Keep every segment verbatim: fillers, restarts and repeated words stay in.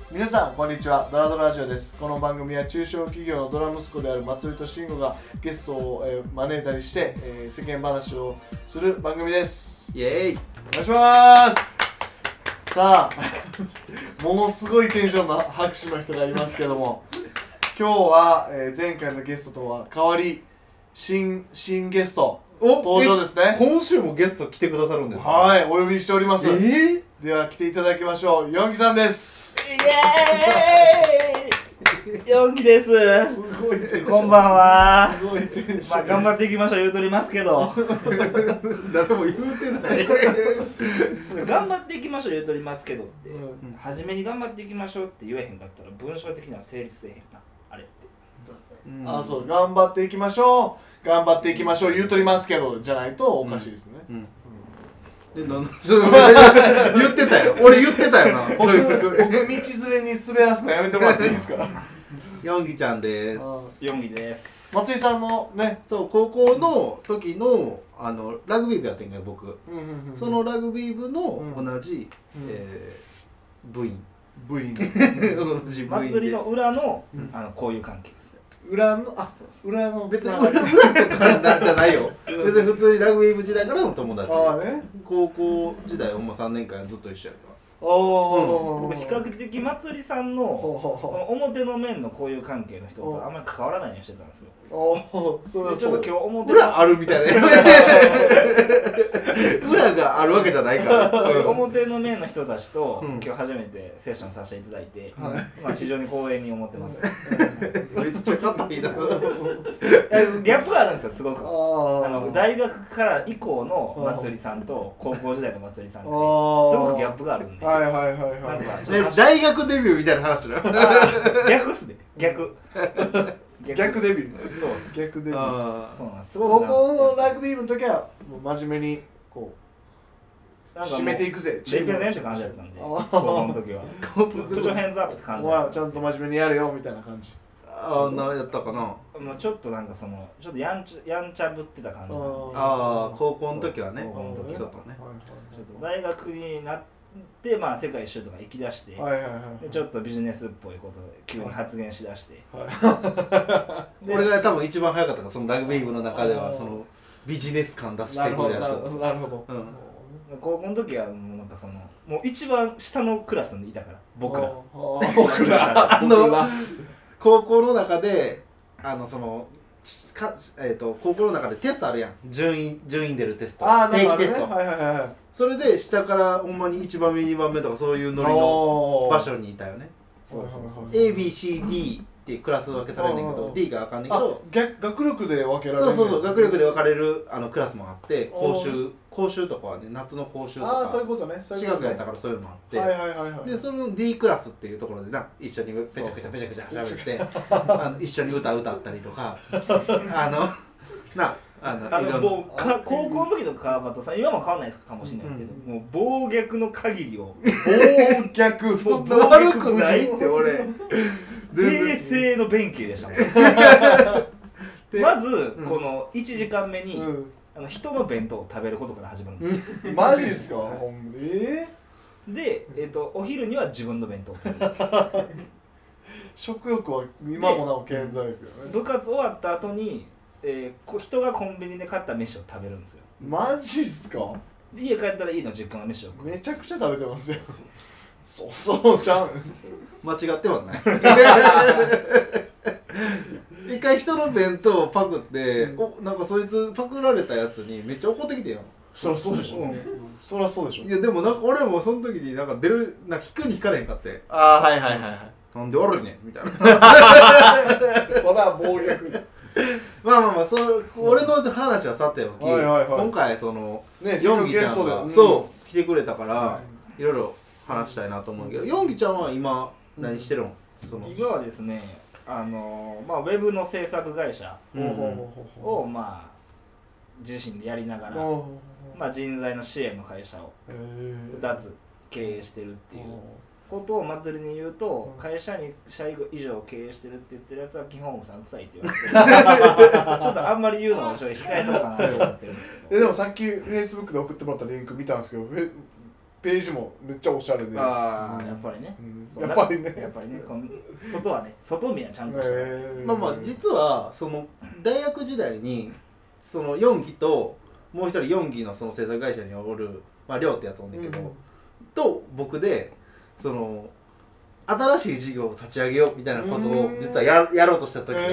皆さんこんにちは、ドラドラジオです。この番組は中小企業のドラ息子である松井と慎吾がゲストを、えー、招いたりして、えー、世間話をする番組です。 イエーイ、 お願いします。さあものすごいテンションの拍手の人がいますけども、今日は、えー、前回のゲストとは変わり新新ゲスト登場ですね。 今週もゲスト来てくださるんですか？ はい、お呼びしております。 えー、 では来ていただきましょう。ヨンギさんです。 イエーイヨンギです。 すごいテンション。 こんばんは。 すごいテンション。 まあ頑張っていきましょう言うとりますけど誰も言うてない頑張っていきましょう言うとりますけどって、 うん、 初めに頑張っていきましょうって言えへんかったら文章的には成立せえへんな、あれって、 うん、あ、そう、頑張っていきましょう頑張っていきましょう言うとりますけどじゃないとおかしいですね。 うんうんでなんちょっと言ってたよ、俺言ってたよなそいつ僕道連れに滑らすのやめてもらっていいですか？ ヨンギちゃんです。 ヨンギです。 松井さんのね、 そう高校の時のあのラグビー部やってんけど僕、 うんうんうんうん、 そのラグビー部の同じ、 うん、 えー、部員部員同じ部員で祭りの裏の、 うん、 あのこういう関係です。 裏の、あ、裏の別に裏とかなんじゃないよ別に普通にラグビー部時代からの友達。 あ、ね、 高校時代ほんまさんねんかんずっと一緒やった。 お、 うん、僕比較的祭りさんの表の面のこういう関係の人とあんまり関わらないようにしてたんですよ。 おお、それはちょっと今日表裏あるみたいな裏があるわけじゃないから、うん、 表の面の人たちと、 うん、 今日初めてセッションさせていただいて、 はい、 まあ非常に光栄に思ってます。 めっちゃ硬いな。 ギャップがあるんですよ、すごく。ああの大学から以降の祭りさんと高校時代の祭りさんってすごくギャップがあるんで。 はいはいはいはい。 なんかね、大学デビューみたいな話だよ。 逆っすね、逆。 逆デビュー。 そうっす。 逆デビュー。 そうなんです。す高ごく校のラグビー部の時はもう真面目にこう締めていくぜ。 レペゼンって感じだったんで、高校の時は。プチョヘンズアップって感じ。 ちゃんと真面目にやれよみたいな感じ。 ああ、なやったかな。 もうちょっとなんかそのちょっとやんちゃやんちゃぶってた感じ。ああ、高校の時はね。 高校の時ちょっとね。 ちょっと大学になってまあ世界一周とか行き出して、 はいはいはい、 でちょっとビジネスっぽいことを急に発言しだして、 はい、 俺が多分一番早かったから、そのラグビー部の中ではそのビジネス感出してくるやつ。 なるほど。 うん、高校の時はもうなんかそのもう一番下のクラスにいたから僕ら。 僕らあの高校の中であのそのかえー、と高校の中でテストあるやん、順位順位出るテスト、 あ、 定期テスト、 はいはいはい、 それで下からほんまにいちばんめにばんめとかそういうノリの場所にいたよね。 そうそうそう、 エービーシーディー ってクラス分けされるんだけど ディー があかんねんけど、 学力で分けられる。 そうそうそう、学力で分かれるあのクラスもあって、講習講習とかはね、夏の講習とか、 あ、そういうことね、 しがつやったからそういうのもあって、 はいはいはいはい、 でその ディー クラスっていうところでな、一緒にペチャペチャペチャペチャ喋ってあの一緒に歌歌ったりとかあのなあのあのもうか高校の時の川端さん、今も変わんないかもしれないですけど、うん、もう暴虐の限りを暴虐そんな悪くないって俺平成の弁慶でしたもんまずこのいちじかんめに、うん、あの人の弁当を食べることから始まるんですよ。 マジですか？えー、で、えーと、お昼には自分の弁当を食べる食欲は今もなお健在ですけどね。 部活終わった後にえー、人がコンビニで買った飯を食べるんですよ。 マジっすか？ 家帰ったら家の実家の飯を食う。 めちゃくちゃ食べてますよ。そうそうちゃうん間違ってはない一回人の弁当をパクって、うん、おなんかそいつパクられたやつにめっちゃ怒ってきてよ。 そりゃそうでしょ、うん、そりゃそうでしょ。 いやでもなんか俺もその時になんか出るなんか引くに引かれへんかって、 ああ、はいはいはいはい、 なんでおるねんみたいなそりゃ暴虐ですまあまあまあ、そう俺の話はさておき、はいはいはい、今回その、ね、ヨンギちゃんが、うん、そう来てくれたから、はい、いろいろ話したいなと思うけど、うん、ヨンギちゃんは今何してるの？その今はですね、あのまあウェブの制作会社を、うん、まあ自身でやりながら、まあ人材の支援の会社をふたつ経営してるっていうことを祭りに言うと、会社に社以上経営してるって言ってるやつは基本うさんくさいって言われてちょっとあんまり言うのをちょっと控えとこうかなと思ってるんですけどえでもさっき フェイスブック で送ってもらったリンク見たんですけど、 ページもめっちゃおしゃれで、 ああ、やっぱりね、 やっぱりねやっぱりね、この外はね、外見はちゃんとした、 まあまあ実はその大学時代にそのよんぎともう一人よんぎのその制作会社におるまあ亮ってやつおんねんけど、と僕でその新しい事業を立ち上げようみたいなことを実は や, やろうとした時があって、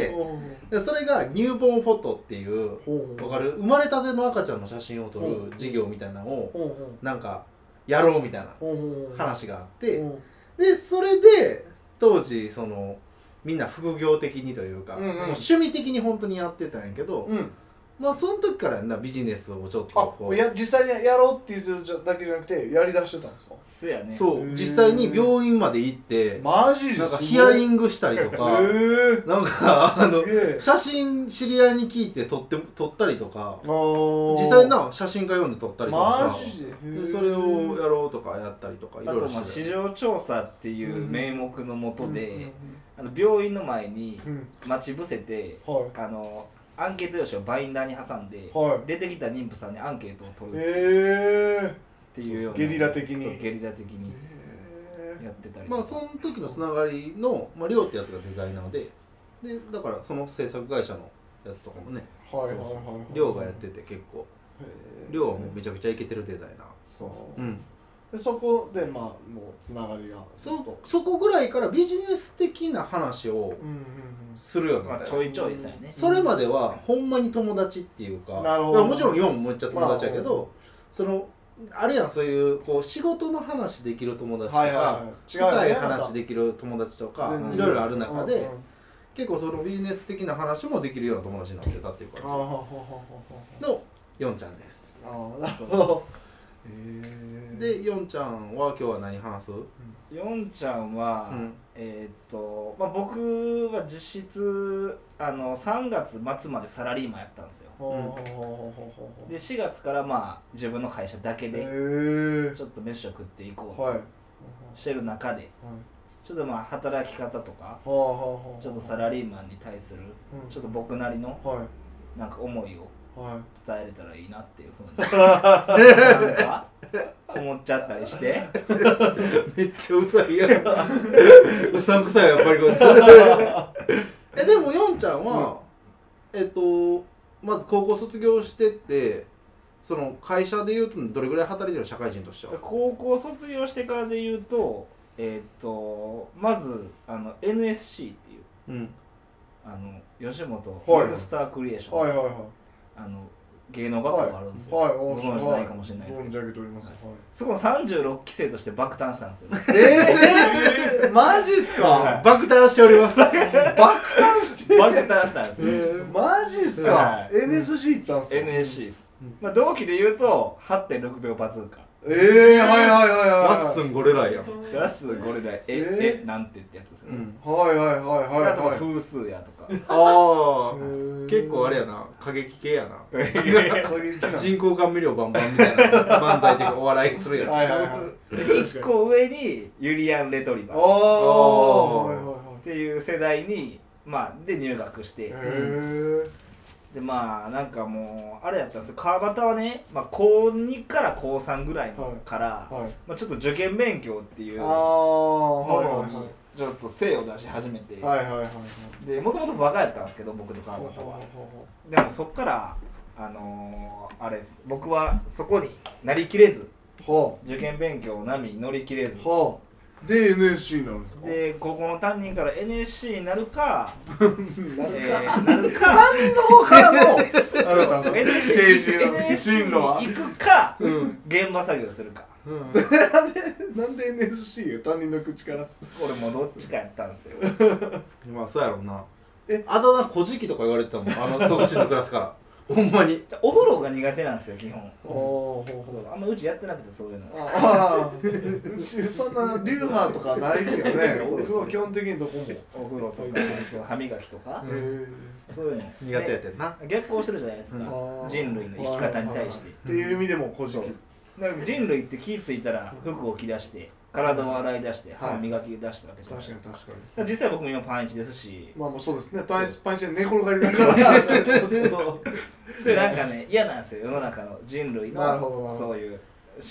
でそれがニューボーンフォトっていう分かる生まれたての赤ちゃんの写真を撮る事業みたいなのをなんかやろうみたいな話があって、でそれで当時そのみんな副業的にというか、もう趣味的に本当にやってたんやけど、まあその時からなビジネスをちょっとこうあや実際にやろうって言ってるだけじゃなくてやりだしてたんですか？ そうやね。 そう実際に病院まで行ってマジでなんかヒアリングしたりとかなんかあの写真知り合いに聞いて撮って撮ったりとか実際な写真家読んで撮ったりとかさでそれをやろうとかやったりとかいろいろしてあとまあ市場調査っていう名目のもとであの病院の前に待ち伏せて、うんはい、あのアンケート用紙をバインダーに挟んで、はい、出てきた妊婦さんにアンケートを取るっていうようなゲリラ的にそうゲリラ的にやってたりまあその時のつながりの、まあ、リオってやつがデザイナーででだからその制作会社のやつとかもねリオがやってて結構リオはもうめちゃくちゃイケてるデザイナーそうそう、うんでそこでまあもうつながりがそ, そこぐらいからビジネス的な話をするようになった、 まあ、ちょいちょいさよねそれまではほんまに友達っていうか、なるほどもちろんよんもめっちゃ友達やけど、まあ、そのあるいはそういうこう仕事の話できる友達とか、はいはいはい、深い話できる友達とかいろいろある中で、うんうん、結構そのビジネス的な話もできるような友達になってたっていう感じのよんちゃんです。 ああなるほどで、よんちゃんは今日は何話す？ よんちゃんは、うん、えー、っと、まあ、僕は実質あのさんがつまつまでサラリーマンやったんですよ、うん、でしがつからまあ自分の会社だけでちょっと飯を食っていこうとしてる中で、はい、ちょっとまあ働き方とかちょっとサラリーマンに対するちょっと僕なりのなんか思いを伝えれたらいいなっていうふうになんか思っちゃったりしてめっちゃうさいやろうさんくさいやっぱりこいつえでもよんちゃんは、うん、えっとまず高校卒業してってその会社でいうとどれぐらい働いてるの社会人としては高校卒業してからでいうとえっとまずあの エヌエスシー っていう、うん、あの吉本ニュースタークリエーション、はいはいはいはいあの芸能学校があるんですよ、はいはい、ご存知ないかもしれないですけど、はい、そこのさんじゅうろっき生として爆誕したんですよ、ね、 えー、マジっすか、はい、 爆誕しております爆誕して爆誕したんです、 えー、マジっすか、はい、エヌエスシー 行ったんすかエヌエスシー です、まあ、同期で言うと はってんろくびょうバズーカえー、はいはいはいはいラッスンゴレライやんラッスンゴレライえ、え、なんてってやつですよね、 うん、はいはいはいはい、 あとは風数やとかああ結構あれやな過激系やな人工甘味料バンバンみたいな漫才的お笑いするやんはいはいはい一個上にユリアン・レトリバーっていう世代にまあで入学して、でまあなんかもうあれやったんですよ川端はね、まあ、こうにからこうさんぐらいのから、はいはいまあ、ちょっと受験勉強っていうものにちょっと精を出し始めてでもともとバカやったんですけど僕と川端はでもそっからあのー、あれです僕はそこになりきれず受験勉強を波に乗り切れずで エヌエスシー になるんですかで高校の担任から エヌエスシー になるかなるか、えー、なるか担任の方からのエヌエスシー に行くか、うん、現場作業するか、うん、 なんでなんで エヌエスシー が担任の口から俺もどっちかやったんですよまあそうやろうなえあだ名古事記とか言われてたもんあの特殊のクラスからほんまにお風呂が苦手なんですよ基本おそうあんまうちやってなくてそういうのああうちそんな流派とかないですよねお風呂基本的にどこもお風呂とかそう歯磨きとかそういうの苦手やってんな逆行してるじゃないですか人類の生き方に対してっていう意味でも古事記人類って気付いたら服を着出して体を洗い出して歯を磨き出したわけじゃないですか、はい、確かに確かに実際僕も今パンイチですしまあもうそうですねパンイチパンイチで寝転がりながらそれなんかね嫌なんですよ世の中の人類のそういうし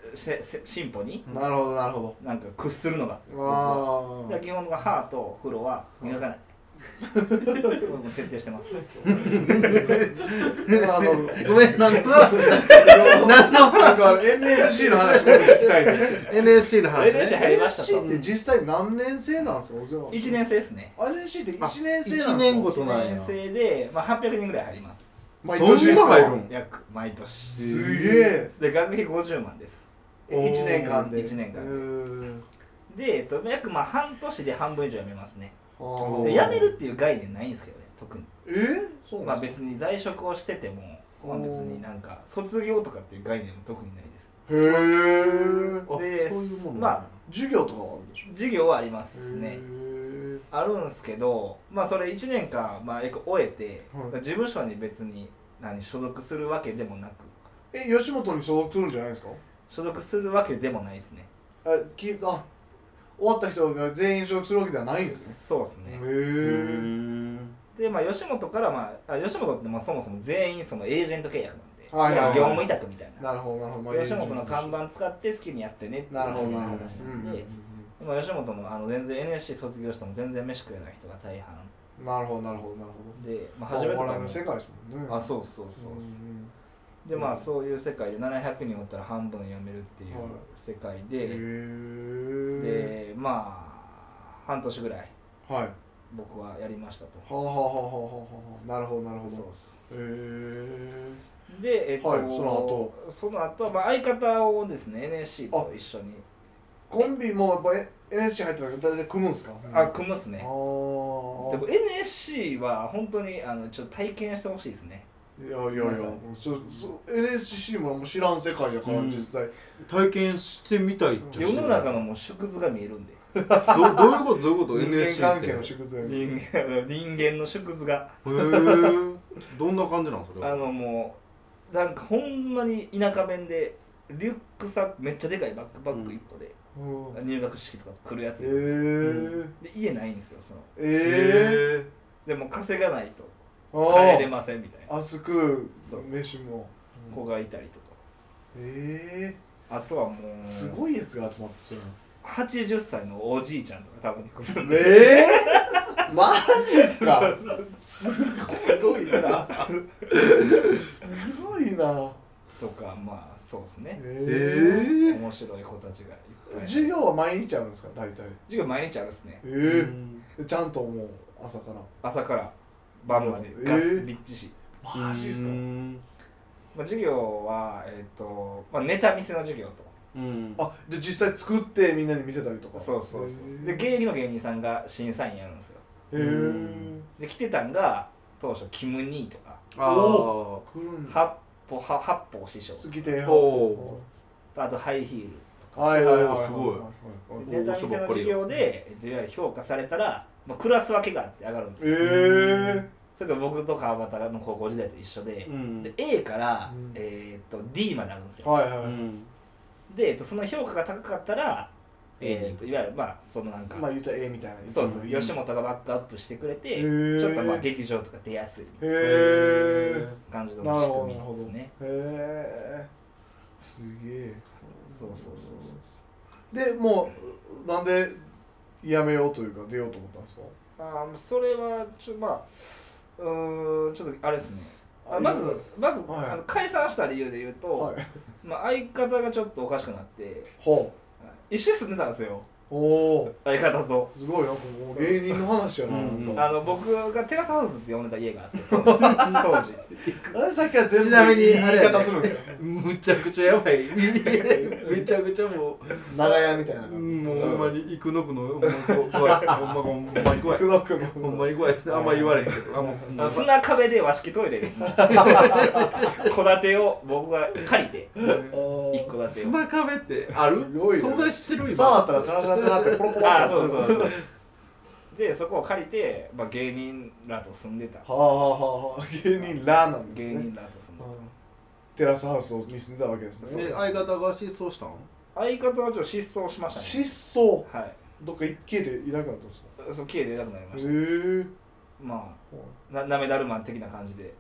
せせ進歩になるほどなるほなんか屈するのがど。ああ。 基本が歯と風呂は磨かない徹底してます。 あのごめん、何の話何の話エヌエスシー の話も聞きたいですけどエヌエスシー の話ね。 エヌエスシー 入りましたと。 エヌエスシー って実際何年生なんですか？ いちねん生ですね。 エヌエスシー っていちねん生なんですか？ いちねんごといちなんや。 ねん生で、まあ、はっぴゃくにんぐらい入ります。 毎年ですか？ そんな入るん？ 約毎年。 すげえ。 で学費ごじゅうまんです。 いちねんかんで。 いちねんかんで。で、えっと、約まあ半年で半分以上辞めますね。 あで辞めるっていう概念ないんですけどね、特に。 えー、そうまあなんです別に在職をしてても、まあ、別になんか卒業とかっていう概念も特にないです。 か？へえ。 で、 そういうもんなんやまあ授業とかはあるんでしょ？ 授業はありますね。 へーあるんですけど、まあそれいちねんかん、まあ、終えて、 はい事務所に別に何所属するわけでもなく、 え、吉本に所属するんじゃないですか？ 所属するわけでもないですね。 あ、きあ終わった人が全員所属するわけではないんですね。 そうですね。 へえ。 で、まあ吉本から、まあ、あ吉本ってまあそもそも全員そのエージェント契約なんで、 はいはいはい業務委託みたいな。 なるほどなるほど。まあ吉本の看板使って好きにやってねっていうなるほどなるほど。 話なんで、まあ、吉本もあの全然 エヌエスシー 卒業しても全然飯食えない人が大半なるほどなるほどなるほど。 で、まあ、初めてお笑いの世界ですもんね。 あ、そうそうそうそう。 んでまあそういう世界でななひゃくにんおったら半分辞めるっていうはい世界へで、 え。 でまあ半年ぐらいはい。 僕はやりましたと。 はあはあはあはあはあ。なるほどなるほど。 そうっす。 へえ。 でえっと、 はいその後その後はまあ相方をですね エヌエスシー と一緒にコンビもやっぱ エヌエスシー 入ってるから大体組むんですか？ あ組むっすね。 あでも エヌエスシー は本当にあのちょっと体験してほしいですね。 いやいやいや、そそ エヌエスシー ももう知らん世界やから、 うん実際体験してみたいっちゃ世してるの中のもう縮図が見えるんで。 どどういうことどういうこと人エヌエスシー って間関係の縮図やね人間人間の縮図がへえどんな感じなのそれはあのもうなんかほんまに田舎弁でリュックサックめっちゃでかいバックパック一個で、 うん入学式とか来るやつえいるんですよ、 ー、 で家ないんですよそのえでも稼がないとー、 帰れませんみたいなあすくそう飯も子がいたりとか、 えあとはもー、 うすごいやつが集まってそうやはちじゅっさいのおじいちゃんとかたまに来るんでえー、マジっすか？すごいなすごいなとかまあそうですね、 えー、 面白い子たちがいっぱい授業は毎日あるんですか大体？ 授業毎日あるっすねえー、ちゃんともう朝から朝から晩までえーがっびっちし、 マジっすか？ まあ、授業は、えーとまあ、ネタ見せの授業とうんあ、じゃあ実際作ってみんなに見せたりとかそうそうそうへーで芸人の芸人さんが審査員やるんですよへえで来てたんが当初キム・ニーとかあお来るんだ八歩は八歩師匠好きでおあとハイヒールはいはいはいはいすごいはいネタ見せの授業でいわゆる評価されたら、まあ、クラス分けがあって上がるんですえよ、 ー、 それと僕と川端の高校時代と一緒で,、 うんで A から、 うんえー、と D まであるんですよ、 はいはい、 うんで、えっと、その評価が高かったら、えー、といわゆるまあそのなんか、 まあ言ったら A みたいなそうそう、 ん吉本がバックアップしてくれて、 へーちょっとまあ劇場とか出やすいへえ感じのなる仕ほどなるほど組みですね。 へえすげえそうそうそうでもうなんでやめようというか出ようと思ったんですか？ そう。あーそれはちょまあうーんちょっとあれですね。ああまずまず、 はいあの解散した理由で言うと、 はいまあ、相方がちょっとおかしくなってほ一緒に住んでたんですようおお相方と。 すごいなんかもう芸人の話やな、 うんなんかあの僕がテラスハウスって呼んでた家があって当時当時あれさっきは全部ちなみに言いあれやね方するんですよむちゃくちゃやばいめちゃくちゃも長屋みたいなうもうほんまに幾のくのほんまに怖いほんまほんまに怖いクノックのほんまに怖いあんま言われへんけどあもうあの砂壁で和式トイレで戸建てを僕が借りて一戸建てを砂壁ってあるすごいね存在してる今さああったらツラツラツラってポロポロあそうそうそうでそこを借りて、まあ、芸人らと住んでたはあはあはあ芸人らなんですね芸人らと住んでテラスハウスに住んでたわけですねで相方が失踪したんた相方はちょっと失踪しましたね失踪はいどっか消えていなくなったんですか？ そう消えていなくなりまへしたえまあななめだるま的な感じで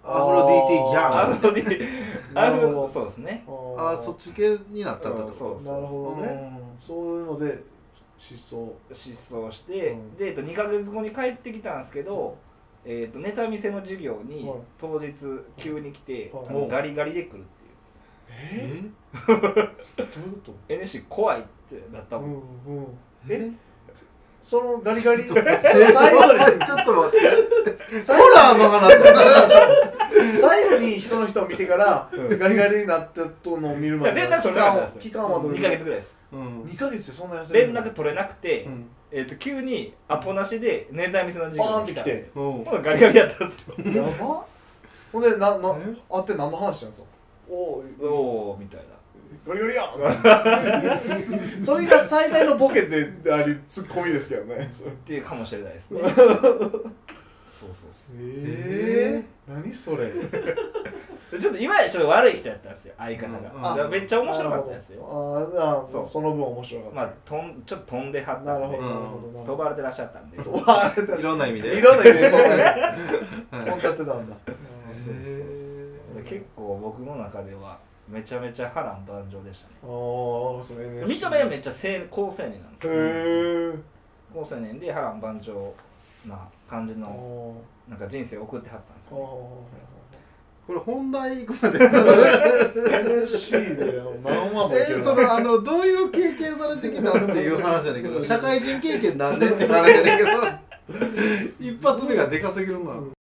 アフロ ディーティー ギャンアフロ ディーティーなるほどそうですね。 ああそっち系になっちゃったと、 そうそうなるほどね、そういうので失踪失踪して、 うん、 で、えっと、にかげつごに帰ってきたんですけど、えー、とネタ見せの授業にはい当日急に来て、 はいあのガリガリで来るっていう。 えー、どういうことエヌエスシー 怖いってなったもん、 うんうん、 えそのガリガリ最後にちょっと待ってホラーの話最後にその人を見てから、 うん、 ガリガリになったとのを見るまで連絡取れなかったですよ。 期間はどれにかげつぐらいです、 うん、 にかげつでそんな痩せる連絡取れなくて、 うん、 えー、と急にアポなしでネタ見せの授業に来たんですよ。 うんほんならガリガリやったんですよ。 やばほんでなな会って何の話したんですか。おおおみたいな。 ガリガリやんそれが最大のボケでありツッコミですけどねっていうかもしれないですねそうそうそうええー、何それちょっと今までちょっと悪い人やったんですよ相方が、うん、だからめっちゃ面白かったですよ。 ああそうその分面白かった。 まあとんちょっと飛んではったんで、 なるほどなるほど飛ばれてらっしゃったんで飛ばれていろんな意味でいろんな意味で飛ん飛んじゃってたんだ。 そうそうそう結構僕の中ではめちゃめちゃ波乱万丈でしたね。 ああそれね見た目はめっちゃ高青年なんですよ、 へえ高青年で波乱万丈な感じのなんか人生を送ってはったんですよ、ね、 これ本題行くまでエヌエスシー で何話もいけるえそのあのどういう経験されてきたっていう話じゃないけど社会人経験なんでって話じゃないけど一発目がでかすぎるな。